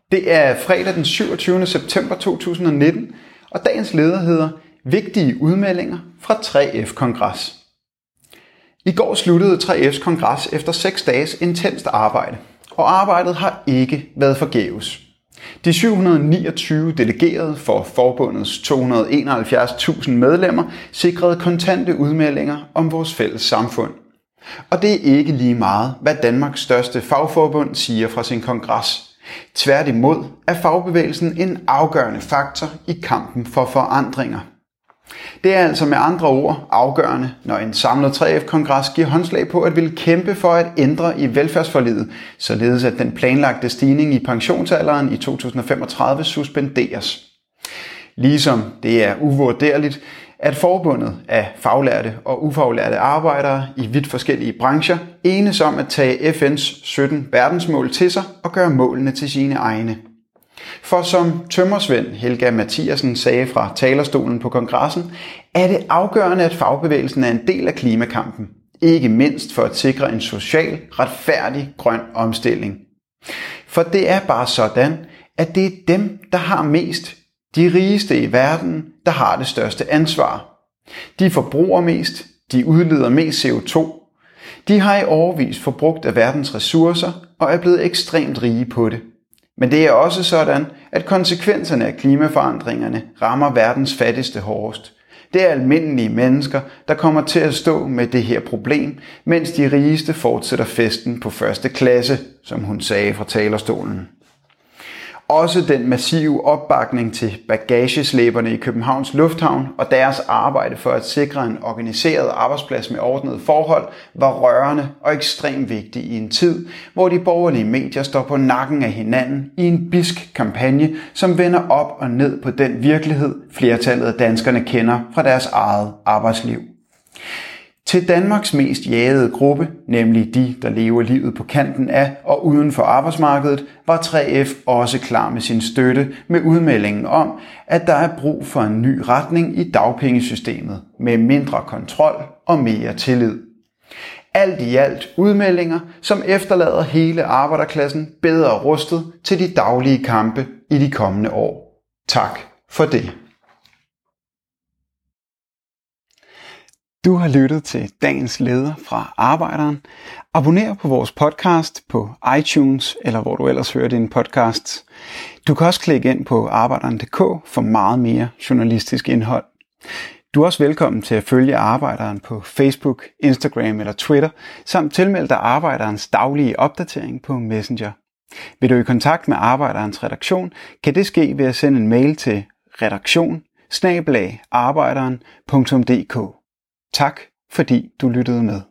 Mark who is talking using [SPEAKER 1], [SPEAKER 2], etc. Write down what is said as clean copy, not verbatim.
[SPEAKER 1] Det er fredag den 27. september 2019, og dagens leder hedder Vigtige udmeldinger fra 3F-kongres. I går sluttede 3F's kongres efter 6 dages intenst arbejde, og arbejdet har ikke været forgæves. De 729 delegerede for forbundets 271.000 medlemmer sikrede kontante udmeldinger om vores fælles samfund. Og det er ikke lige meget, hvad Danmarks største fagforbund siger fra sin kongres. Tværtimod er fagbevægelsen en afgørende faktor i kampen for forandringer. Det er altså med andre ord afgørende, når en samlet 3F-kongres giver håndslag på at ville kæmpe for at ændre i velfærdsforliget, således at den planlagte stigning i pensionsalderen i 2035 suspenderes. Ligesom det er uvurderligt, at forbundet af faglærte og ufaglærte arbejdere i vidt forskellige brancher enes om at tage FN's 17 verdensmål til sig og gøre målene til sine egne. For som tømrersvend Helga Mathiasen sagde fra talerstolen på kongressen, er det afgørende, at fagbevægelsen er en del af klimakampen. Ikke mindst for at sikre en social, retfærdig, grøn omstilling. For det er bare sådan, at det er dem, der har mest, de rigeste i verden, der har det største ansvar. De forbruger mest, de udleder mest CO2. De har i årevis forbrugt af verdens ressourcer og er blevet ekstremt rige på det. Men det er også sådan, at konsekvenserne af klimaforandringerne rammer verdens fattigste hårdest. Det er almindelige mennesker, der kommer til at stå med det her problem, mens de rigeste fortsætter festen på første klasse, som hun sagde fra talerstolen. Også den massive opbakning til bagageslæberne i Københavns Lufthavn og deres arbejde for at sikre en organiseret arbejdsplads med ordnede forhold var rørende og ekstremt vigtig i en tid, hvor de borgerlige medier står på nakken af hinanden i en bidsk kampagne, som vender op og ned på den virkelighed, flertallet af danskerne kender fra deres eget arbejdsliv. Til Danmarks mest jagede gruppe, nemlig de, der lever livet på kanten af og uden for arbejdsmarkedet, var 3F også klar med sin støtte med udmeldingen om, at der er brug for en ny retning i dagpengesystemet med mindre kontrol og mere tillid. Alt i alt udmeldinger, som efterlader hele arbejderklassen bedre rustet til de daglige kampe i de kommende år. Tak for det. Du har lyttet til dagens leder fra Arbejderen. Abonner på vores podcast på iTunes, eller hvor du ellers hører dine podcasts. Du kan også klikke ind på arbejderen.dk for meget mere journalistisk indhold. Du er også velkommen til at følge Arbejderen på Facebook, Instagram eller Twitter, samt tilmelde dig Arbejderens daglige opdatering på Messenger. Vil du i kontakt med Arbejderens redaktion, kan det ske ved at sende en mail til redaktion@arbejderen.dk. Tak fordi du lyttede med.